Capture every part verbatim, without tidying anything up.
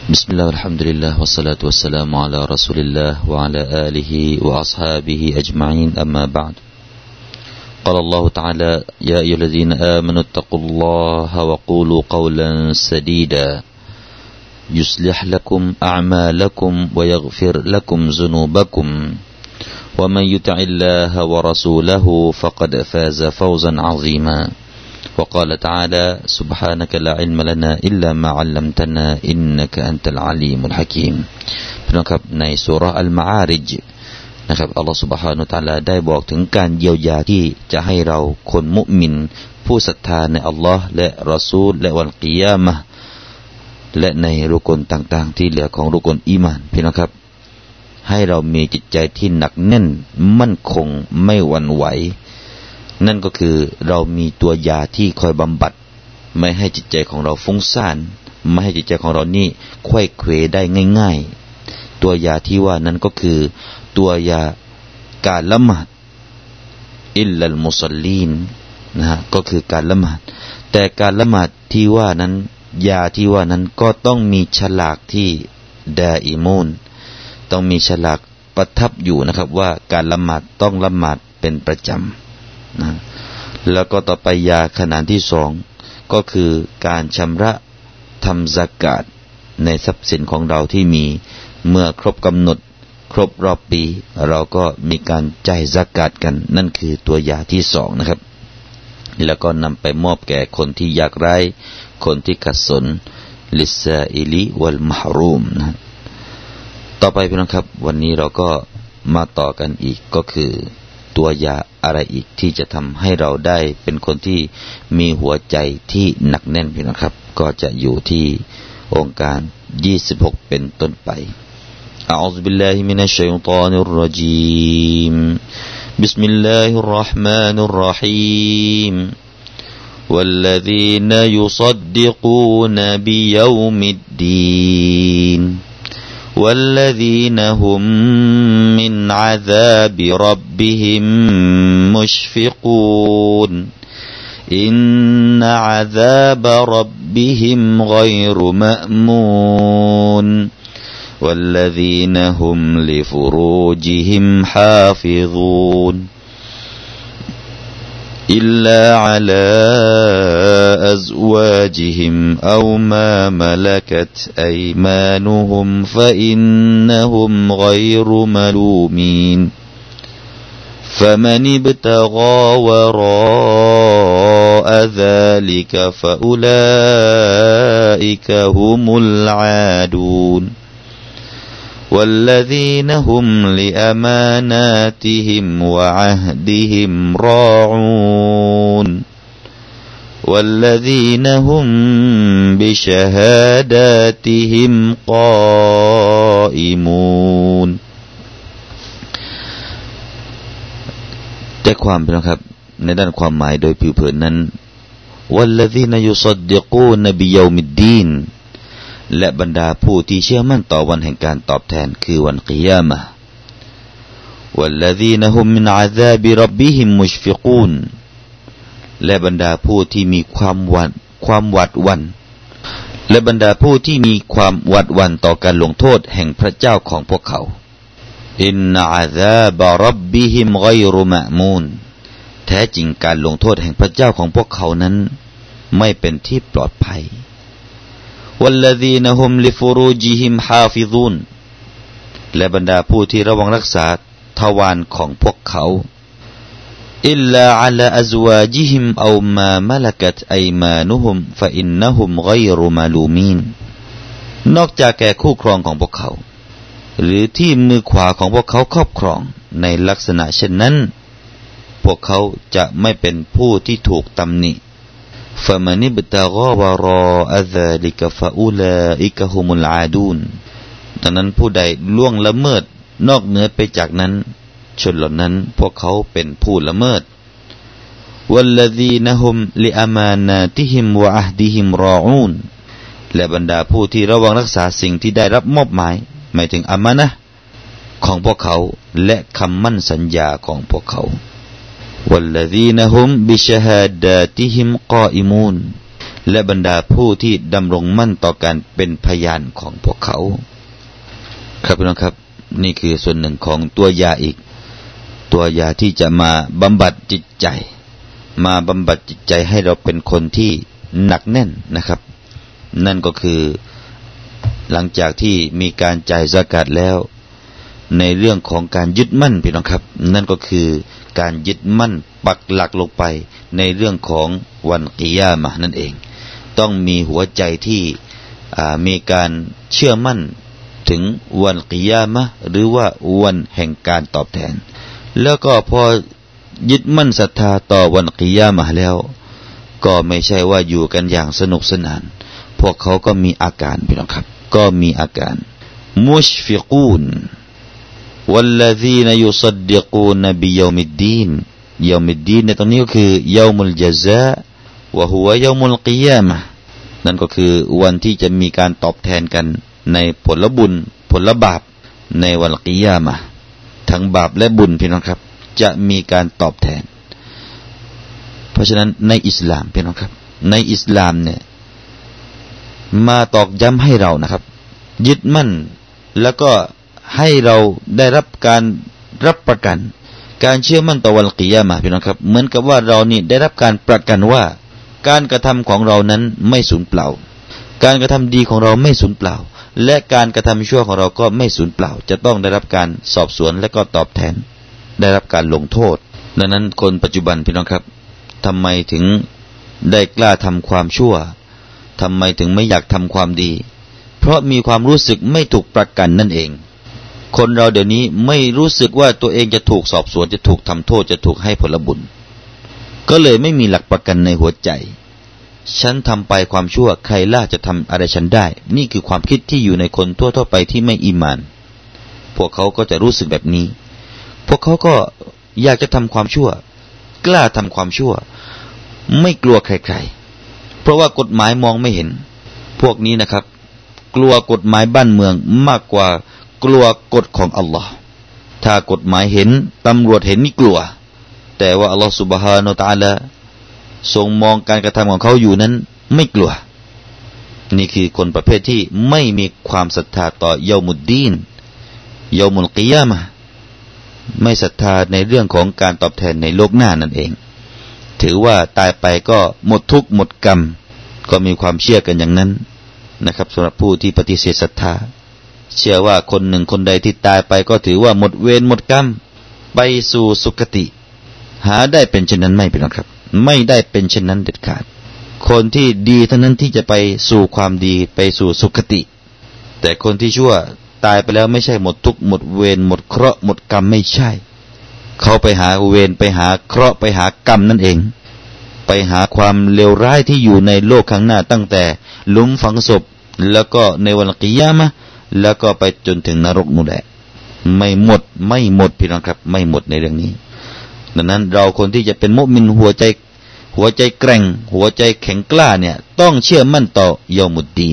بسم الله والحمد لله والصلاة والسلام على رسول الله وعلى آله وأصحابه أجمعين أما بعد قال الله تعالى يا أيها الذين آمنوا اتقوا الله وقولوا قولا سديدا يصلح لكم أعمالكم ويغفر لكم ذنوبكم ومن يطع الله ورسوله فقد فاز فوزا عظيما وقال تعالى سبحانك لا علم لنا إلا ما علمتنا إنك أنت العليم الحكيم พี่น้องครับในซูเราะห์อัลมะอาริจนะครับอัลเลาะห์ซุบฮานะฮูวะตะอาลาได้บอกถึงการเยียวยาที่จะให้เราคนมุมินผู้ศรัทธาในอัลลอฮ์และรอซูลและวันกิยามะห์และในรุกนต่างๆที่เหลือของรุกนอีหม่านพี่น้องครับให้เรามีจิตใจที่หนักแน่นมั่นคงไม่หวั่นไหวนั่นก็คือเรามีตัวยาที่คอยบำบัดไม่ให้จิตใจของเราฟุ้งซ่านไม่ให้จิตใจของเรานี่ไขว้เขวได้ง่ายๆตัวยาที่ว่านั้นก็คือตัวยาการละหมาดอิลลัลมุศอลลีนนะฮะก็คือการละหมาดแต่การละหมาดที่ว่านั้นยาที่ว่านั้นก็ต้องมีฉลากที่ดาอิมูนต้องมีฉลากประทับอยู่นะครับว่าการละหมาดต้องละหมาดเป็นประจำนะแล้วก็ต่อไปยาขนาดที่สองก็คือการชำระทำซะกาตในทรัพย์สินของเราที่มีเมื่อครบกำหนดครบรอบปีเราก็มีการจ่ายซะกาตกันนั่นคือตัวยาที่สองนะครับแล้วก็นำไปมอบแก่คนที่ยากไร้คนที่ขัดสนลิซาอิลิวัลมะฮรูมนะต่อไปพี่น้องครับวันนี้เราก็มาต่อกันอีกก็คือตัวยาอะไรอีกที่จะทำให้เราได้เป็นคนที่มีหัวใจที่หนักแน่นพี่น้องครับก็จะอยู่ที่องค์การยี่สิบหกเป็นต้นไปอะอูซุบิลลาฮิมินัชชัยฏอนิรเราะญีมบิสมิลลาฮิรเราะห์มานิรเราะฮีมوالذين يصدقون بيوم الدين والذين هم من عذاب ربهم مشفقون إن عذاب ربهم غير مأمون والذين هم لفروجهم حافظون إلا على أزواجهم أو ما ملكت أيمانهم فإنهم غير ملومين فمن ابتغى وراء ذلك فأولئك هم العادون والذين هم لأماناتهم وعهدهم راعون والذين هم بشهاداتهم قائمون แต่ความเป็นครับในด้านความหมายโดยผิวเผินนั้น والذين يصدقون بيوم الدينและบรรดาผู้ที่เชื่อมั่นต่อวันแห่งการตอบแทนคือวันกิยามะห์ والذين هم من عذاب ربهم مشفقون และบรรดาผู้ที่มีความหวาดความหวาดหวั่นและบรรดาผู้ที่มีความหวาดหวั่นต่อการลงโทษแห่งพระเจ้าของพวกเขาอินนะอาซาบะร็อบบิฮิมฆอยรุมะมูนแท้จริงการลงโทษแห่งพระเจ้าของพวกเขานั้นไม่เป็นที่ปลอดภัยوالذين هم لفروجهم حافظون และบรรดาผู้ที่ระวังรักษาทวารของพวกเขาอิลลาอะลาอัซวาจิฮิมเอามามะละกัตอัยมานุฮุมฟะอินนะฮุมฆอยรุมะลูมีนนอกจากแก่คู่ครองของพวกเขาหรือที่มือขวาของพวกเขาครอบครองในลักษณะเช่นนั้นพวกเขาจะไม่เป็นผู้ที่ถูกตำหนิفمن ابتغى وراء ذلك فأولئك هم العادون ดังนั้นผู้ใดล่วงละเมิดนอกเหนือไปจากนั้นชนเหล่านั้นพวกเขาเป็นผู้ละเมิด والذين هم لأماناتهم وعهدهم راعون และบรรดาผู้ที่ระวังรักษาสิ่งที่ได้รับมอบหมายหมายถึงอามานะห์ของพวกเขาและคำมั่นสัญญาของพวกเขา والذين هم بشهاداتهم قائمون และบรรดาผู้ที่ดำรงมั่นต่อการเป็นพยานของพวกเขาครับพี่น้องครับนี่คือส่วนหนึ่งของตัวยาอีกตัวยาที่จะมาบำบัดจิตใจมาบำบัดจิตใจให้เราเป็นคนที่หนักแน่นนะครับนั่นก็คือหลังจากที่มีการจ่ายซะกาตแล้วในเรื่องของการยึดมั่นพี่น้องครับนั่นก็คือการยึดมั่นปักหลักลงไปในเรื่องของวันกิยามะห์นั่นเองต้องมีหัวใจที่มีการเชื่อมั่นถึงวันกิยามะห์หรือว่าวันแห่งการตอบแทนแล้วก็พอยึดมั่นศรัทธาต่อวันกิยามะห์แล้วก็ไม่ใช่ว่าอยู่กันอย่างสนุกสนานพวกเขาก็มีอาการพี่น้องครับก็มีอาการมุชฟิกูนوالذين يصدقون بيوم الدين يوم الدين ในตรงนี้ก็คือ يوم الجزاء وهو يوم القيامة นั่นก็คือวันที่จะมีการตอบแทนกันในผลบุญผลบาปในวันกิยามะห์ทั้งบาปและบุญพี่น้องครับจะมีการตอบแทนเพราะฉะนั้นในอิสลามพี่น้องครับในอิสลามเนี่ยมาตอกย้ำให้เรานะครับยึดมั่นแล้วก็ให้เราได้รับการรับประกันการเชื่อมั่นต่อวันกิยามะห์พี่น้องครับเหมือนกับว่าเรานี่ได้รับการประกันว่าการกระทำของเรานั้นไม่สูญเปล่าการกระทำดีของเราไม่สูญเปล่าและการกระทำชั่วของเราก็ไม่สูญเปล่าจะต้องได้รับการสอบสวนและก็ตอบแทนได้รับการลงโทษดังนั้นคนปัจจุบันพี่น้องครับทำไมถึงได้กล้าทำความชั่วทำไมถึงไม่อยากทำความดีเพราะมีความรู้สึกไม่ถูกประกันนั่นเองคนเราเดี๋ยวนี้ไม่รู้สึกว่าตัวเองจะถูกสอบสวนจะถูกทำโทษจะถูกให้ผลบุญก็เลยไม่มีหลักประกันในหัวใจฉันทำไปความชั่วใครล่ะจะทำอะไรฉันได้นี่คือความคิดที่อยู่ในคนทั่วๆไปที่ไม่อีหม่านพวกเขาก็จะรู้สึกแบบนี้พวกเขาก็อยากจะทำความชั่วกล้าทำความชั่วไม่กลัวใครๆเพราะว่ากฎหมายมองไม่เห็นพวกนี้นะครับกลัวกฎหมายบ้านเมืองมากกว่ากลัวกฎของอัลลอฮ์ถ้ากฎหมายเห็นตำรวจเห็นนี่กลัวแต่ว่าอัลลอฮ์ซุบฮานะฮูวะตะอาลาทรงมองการกระทำของเขาอยู่นั้นไม่กลัวนี่คือคนประเภทที่ไม่มีความศรัทธาต่อยอมุดดีนยอมุลกิยามะห์ไม่ศรัทธาในเรื่องของการตอบแทนในโลกหน้านั่นเองถือว่าตายไปก็หมดทุกข์หมดกรรมก็มีความเชื่อกันอย่างนั้นนะครับสำหรับผู้ที่ปฏิเสธศรัทธาเชื่อว่าคนหนึ่งคนใดที่ตายไปก็ถือว่าหมดเวรหมดกรรมไปสู่สุคติหาได้เป็นเช่นนั้นไม่เป็นหรอกครับไม่ได้เป็นเช่นนั้นเด็ดขาดคนที่ดีเท่านั้นที่จะไปสู่ความดีไปสู่สุคติแต่คนที่ชั่วตายไปแล้วไม่ใช่หมดทุกข์หมดเวรหมดเคราะห์หมดกรรมไม่ใช่เขาไปหาเวรไปหาเคราะห์ไปหากรรมนั่นเองไปหาความเลวร้ายที่อยู่ในโลกข้างหน้าตั้งแต่หลุมฝังศพแล้วก็ในวันกิยามะห์แล้วก็ไปจนถึงนรกนู่นแหละไม่หมดไม่หมดพี่น้องครับไม่หมดในเรื่องนี้ดังนั้นเราคนที่จะเป็นมุมินหัวใจหัวใจแกร่งหัวใจแข็งกล้าเนี่ยต้องเชื่อมั่นต่อยอมุดดีน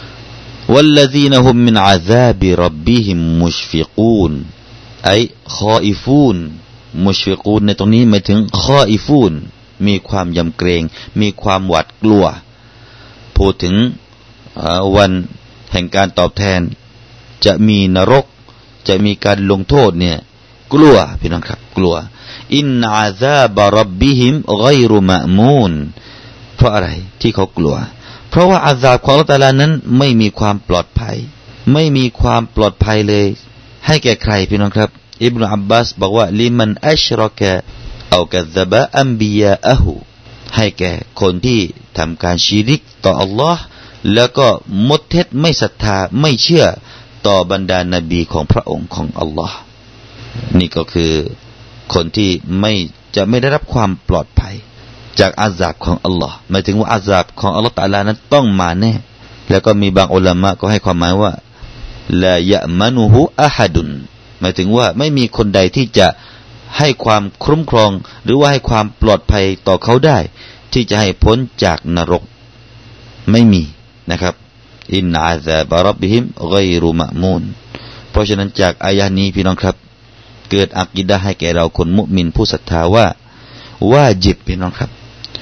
والذين هم من عذاب ربهم مشفقون أي خائفون مشفقون ในตรงนี้หมายถึง خائفون มีความยำเกรงมีความหวาดกลัวพูดถึงวันแห่งการตอบแทนจะมีนรกจะมีการลงโทษเนี่ยกลัวพี่น้องครับกลัวอินอาซาบะร็อบบิฮิมฆอยรุมะมูนเพราะอะไรที่เขากลัวเพราะว่าอาซาบของอัลเลาะห์ตะอาลานั้นไม่มีความปลอดภัยไม่มีความปลอดภัยเลยให้แก่ใครพี่น้องครับอิบนุอับบาสบอกว่าลิมันอัชรอกะเอากัซบะอัมบิยาอะฮูให้แก่คนที่ทำการชิริกต่ออัลลอฮ์แล้วก็มดเท็จไม่ศรัทธาไม่เชื่อต่อบรรดานบีของพระองค์ของอัลลอฮ์นี่ก็คือคนที่ไม่จะไม่ได้รับความปลอดภัยจากอาซาบของอัลลอฮ์หมายถึงว่าอาซาบของอัลลอฮ์ตะอาลานั้นต้องมาแน่แล้วก็มีบางอุลามะก็ให้ความหมายว่าลายะมานุฮุอะฮัดุนหมายถึงว่าไม่มีคนใดที่จะให้ความคุ้มครองหรือว่าให้ความปลอดภัยต่อเขาได้ที่จะให้พ้นจากนรกไม่มีนะครับอินอาซาบะร็อบบิฮิมฆอยรุมะมูนเพราะฉะนั้นจากอายะห์นี้พี่น้องครับเกิดอักีดะห์ให้แก่เราคนมุมินผู้ศรัทธาว่าวาญิบพี่น้องครับ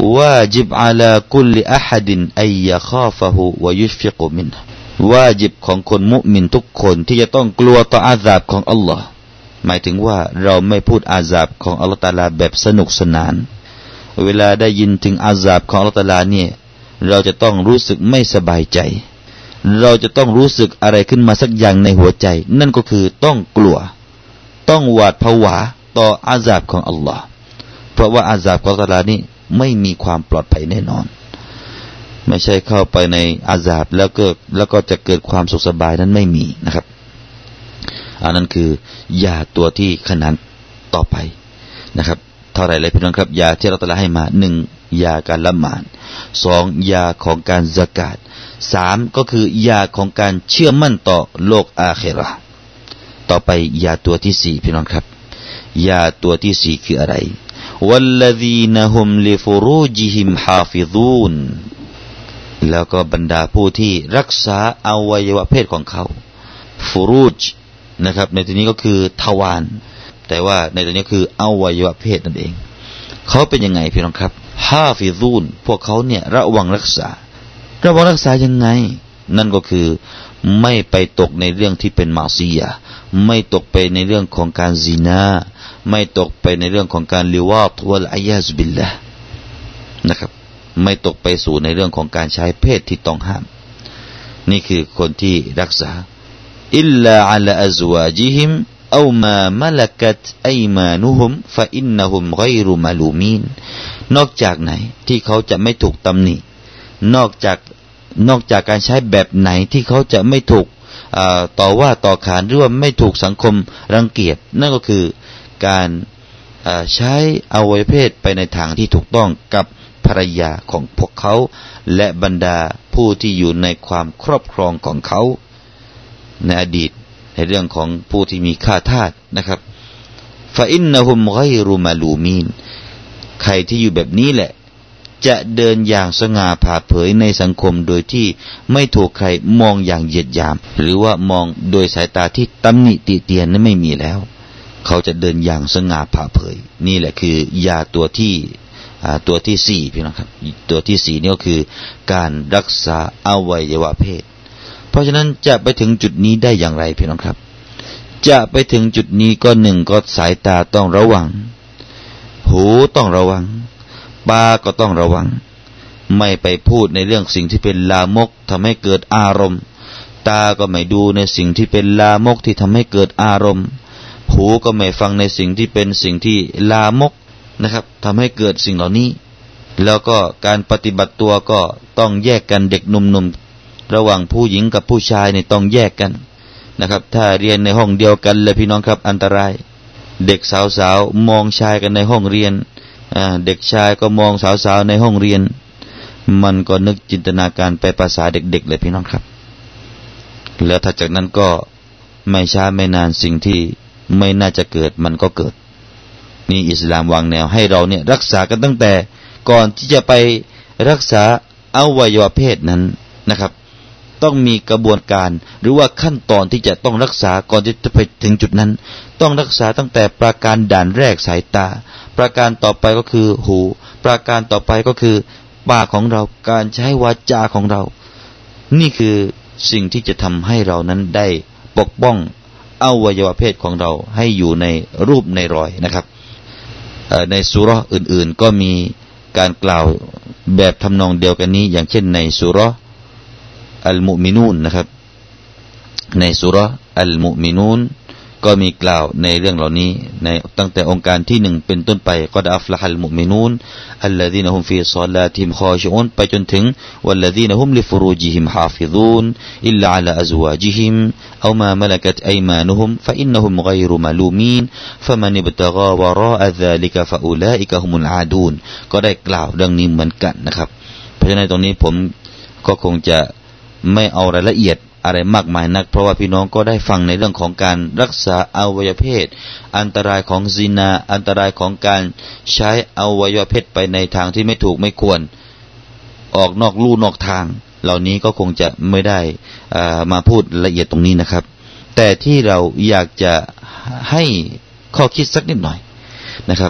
วาจิบอะลากุลอะฮัดินอัยยะคาฟะฮูวะยุชฟิกุมินฮุวาจิบของคนมุมินทุกคนที่จะต้องกลัวต่ออาซาบของอัลลอฮ์หมายถึงว่าเราไม่พูดอาซาบของอัลลอฮ์ตะอาลาแบบสนุกสนานเวลาได้ยินถึงอาซาบของอัลลอฮ์ตะอาลาเนี่ยเราจะต้องรู้สึกไม่สบายใจเราจะต้องรู้สึกอะไรขึ้นมาสักอย่างในหัวใจนั่นก็คือต้องกลัวต้องหวาดผวาต่ออาซาบของอัลลอฮ์เพราะว่าอาซาบของอัลลอฮ์ตะอาลานี่ไม่มีความปลอดภัยแน่นอนไม่ใช่เข้าไปในอาซาบแล้วก็แล้วก็จะเกิดความสุขสบายนั้นไม่มีนะครับอันนั้นคือยาตัวที่ขนานต่อไปนะครับเท่าไหร่เลยพี่น้องครับยาที่เราตะลาให้มาหนึ่งยาการละหมาดสองยาของการซะกาตสามก็คือยาของการเชื่อมั่นต่อโลกอาคิเราะห์ต่อไปยาตัวที่สี่พี่น้องครับยาตัวที่สี่คืออะไรวัลลซีนะฮุมลิฟุรูจิฮิมฮาฟิซูนแล้วก็บรรดาผู้ที่รักษาอวัยวะเพศของเขาฟุรูจนะครับในที่นี้ก็คือทวารแต่ว่าในที่นี้คืออวัยวะเพศนั่นเองเขาเป็นยังไงพี่น้องครับฮาฟิซูนพวกเขาเนี่ยระวังรักษาระวังรักษายังไงนั่นก็คือไม่ไปตกในเรื่องที่เป็นมาซียะห์ไม่ตกไปในเรื่องของการซินาไม่ตกไปในเรื่องของการลิวาตวัลอะยาซบิลลาห์นะครับไม่ตกไปสู่ในเรื่องของการใช้เพศที่ต้องห้ามนี่คือคนที่รักษาอิลลาอะลาอัซวาจิฮิมเอามามะละกัตอัยมานุฮุมฟะอินนะฮุมฆอยรุมะลูมีนนอกจากไหนที่เขาจะไม่ถูกตำหนินอกจากนอกจากการใช้แบบไหนที่เขาจะไม่ถูกต่อว่าต่อขานหรือว่าไม่ถูกสังคมรังเกียจนั่นก็คือการใช้อวัยวะเพศไปในทางที่ถูกต้องกับภรรยาของพวกเขาและบรรดาผู้ที่อยู่ในความครอบครองของเขาในอดีตในเรื่องของผู้ที่มีข้าทาสนะครับฟะอินนะฮุมฆอยรุมะลูมีนใครที่อยู่แบบนี้แหละจะเดินอย่างสง่าผ่าเผยในสังคมโดยที่ไม่ถูกใครมองอย่างเหยียดหยามหรือว่ามองโดยสายตาที่ตำหนิติเตียนนั้นไม่มีแล้วเขาจะเดินอย่างสง่าผ่าเผยนี่แหละคือยาตัวที่ตัวที่สี่พี่น้องครับตัวที่สี่นี่ก็คือการรักษาอวัยวะเพศเพราะฉะนั้นจะไปถึงจุดนี้ได้อย่างไรพี่น้องครับจะไปถึงจุดนี้ก็หนึ่งก็สายตาต้องระวังหูต้องระวังปากก็ต้องระวังไม่ไปพูดในเรื่องสิ่งที่เป็นลามกทำให้เกิดอารมณ์ตาก็ไม่ดูในสิ่งที่เป็นลามกที่ทำให้เกิดอารมณ์หูก็ไม่ฟังในสิ่งที่เป็นสิ่งที่ลามกนะครับทำให้เกิดสิ่งเหล่านี้แล้วก็การปฏิบัติตัวก็ต้องแยกกันเด็กหนุ่มๆระหว่างผู้หญิงกับผู้ชายเนี่ยต้องแยกกันนะครับถ้าเรียนในห้องเดียวกันเลยพี่น้องครับอันตรายเด็กสาวๆมองชายกันในห้องเรียนเด็กชายก็มองสาวๆในห้องเรียนมันก็นึกจินตนาการไปภาษาเด็กๆเลยพี่น้องครับแล้วถ้าจากนั้นก็ไม่ช้าไม่นานสิ่งที่ไม่น่าจะเกิดมันก็เกิดนี่อิสลามวางแนวให้เราเนี่ยรักษากันตั้งแต่ก่อนที่จะไปรักษาอวัยวะเพศนั้นนะครับต้องมีกระบวนการหรือว่าขั้นตอนที่จะต้องรักษาก่อนที่จะไปถึงจุดนั้นต้องรักษาตั้งแต่ประการด่านแรกสายตาประการต่อไปก็คือหูประการต่อไปก็คือปากของเราการใช้วาจาของเรานี่คือสิ่งที่จะทำให้เรานั้นได้ปกป้องอวัยวะเพศของเราให้อยู่ในรูปในรอยนะครับในซูเราะห์อื่นๆก็มีการกล่าวแบบทำนองเดียวกันนี้อย่างเช่นในซูเราะห์อัลมุมินูนนะครับในซูเราะห์อัลมุมินูนก็มีกล่าวในเรื่องเหล่านี้ในตั้งแต่องค์การที่หนึ่งเป็นต้นไปกอดอัฟละฮัลมุมินูนอัลลซีนะฮุมฟีศอลาติฮิมคอชิอูนไปจนถึงวัลลซีนะฮุมลิฟุรูจิฮิมฮาฟิซูนอิลลาอะลาอัซวาจิฮิมเอามามะละกัตอัยมานุฮุมฟะอินนะฮุมฆอยรุมะลูมีนฟะมันอิบตะฆาวะราอะซาลิกะฟะอูลาอิกะฮุมุลอาดูนก็ได้กล่าวเรื่องนี้เหมือนกันนะครับเพราะฉะนั้นตรงนี้ผมก็คงจะไม่เอารายละเอียดอะไรมากมายนักเพราะว่าพี่น้องก็ได้ฟังในเรื่องของการรักษาอวัยวะเพศอันตรายของซินาอันตรายของการใช้อวัยวะเพศไปในทางที่ไม่ถูกไม่ควรออกนอกลู่นอกทางเหล่านี้ก็คงจะไม่ได้มาพูดละเอียดตรงนี้นะครับแต่ที่เราอยากจะให้ข้อคิดสักนิดหน่อยนะครับ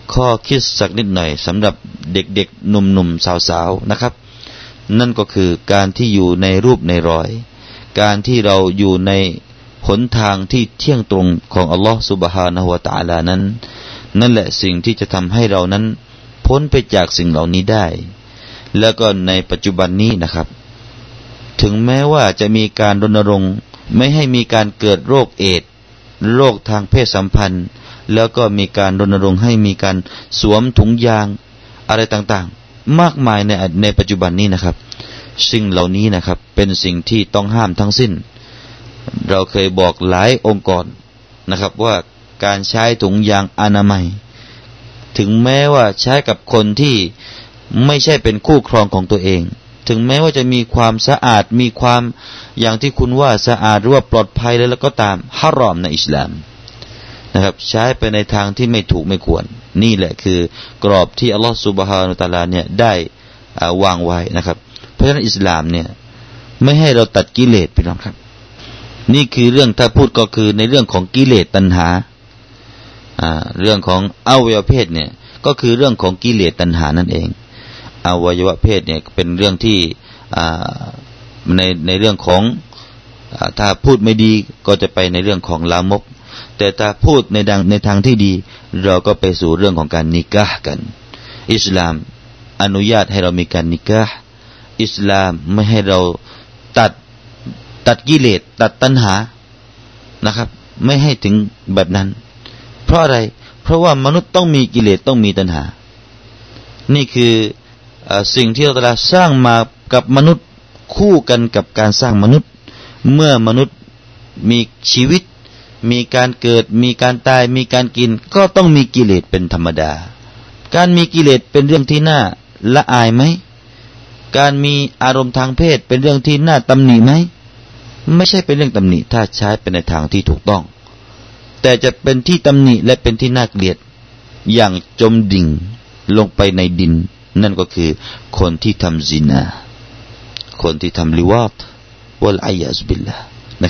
ข้อคิดสักนิดหน่อยสำหรับเด็กๆหนุ่มๆสาวๆนะครับนั่นก็คือการที่อยู่ในรูปในรอยการที่เราอยู่ในหนทางที่เที่ยงตรงของอัลลอฮฺซุบฮานะฮูวะตะอาลานั้นนั่นแหละสิ่งที่จะทำให้เรานั้นพ้นไปจากสิ่งเหล่านี้ได้แล้วก็ในปัจจุบันนี้นะครับถึงแม้ว่าจะมีการรณรงค์ไม่ให้มีการเกิดโรคเอดส์โรคทางเพศสัมพันธ์แล้วก็มีการรณรงค์ให้มีการสวมถุงยางอะไรต่างๆมากมายในในปัจจุบันนี้นะครับสิ่งเหล่านี้นะครับเป็นสิ่งที่ต้องห้ามทั้งสิ้นเราเคยบอกหลายองค์กรนะครับว่าการใช้ถุงยางอนามัยถึงแม้ว่าใช้กับคนที่ไม่ใช่เป็นคู่ครองของตัวเองถึงแม้ว่าจะมีความสะอาดมีความอย่างที่คุณว่าสะอาดหรือว่าปลอดภัยแล้วก็ตามฮารอมในอิสลามนะครับใช้ไปในทางที่ไม่ถูกไม่ควรนี่แหละคือกรอบที่อัลลอฮฺซุบฮานะฮูวะตะอาลาเนี่ยได้วางไว้นะครับเพราะฉะนั้นอิสลามเนี่ยไม่ให้เราตัดกิเลสพี่น้องครับนี่คือเรื่องถ้าพูดก็คือในเรื่องของกิเลสตัณหาอ่าเรื่องของอวัยวะเพศเนี่ยก็คือเรื่องของกิเลสตัณหานั่นเองอวัยวะเพศเนี่ยเป็นเรื่องที่อ่าในในเรื่องของอ่าถ้าพูดไม่ดีก็จะไปในเรื่องของลามกแต่ถ้าพูดในดังในทางที่ดีเราก็ไปสู่เรื่องของการนิกะห์กันอิสลามอนุญาตให้เรามีการนิกะห์อิสลามไม่ให้เราตัดตัดกิเลสตัดตัณหานะครับไม่ให้ถึงแบบนั้นเพราะอะไรเพราะว่ามนุษย์ต้องมีกิเลสต้องมีตัณหานี่คือสิ่งที่อัลเลาะห์สร้างมากับมนุษย์คู่กันกับการสร้างมนุษย์เมื่อมนุษย์มีชีวิตมีการเกิดมีการตายมีการกินก็ต้องมีกิเลสเป็นธรรมดาการมีกิเลสเป็นเรื่องที่น่าละอายไหมการมีอารมณ์ทางเพศเป็นเรื่องที่น่าตำหนิไหมไม่ใช่เป็นเรื่องตำหนิถ้าใช้เป็นในทางที่ถูกต้องแต่จะเป็นที่ตำหนิและเป็นที่น่าเกลียดอย่างจมดิ่งลงไปในดินนั่นก็คือคนที่ทำซินาคนที่ทำลิวาตวัลอียาซบิลลาห์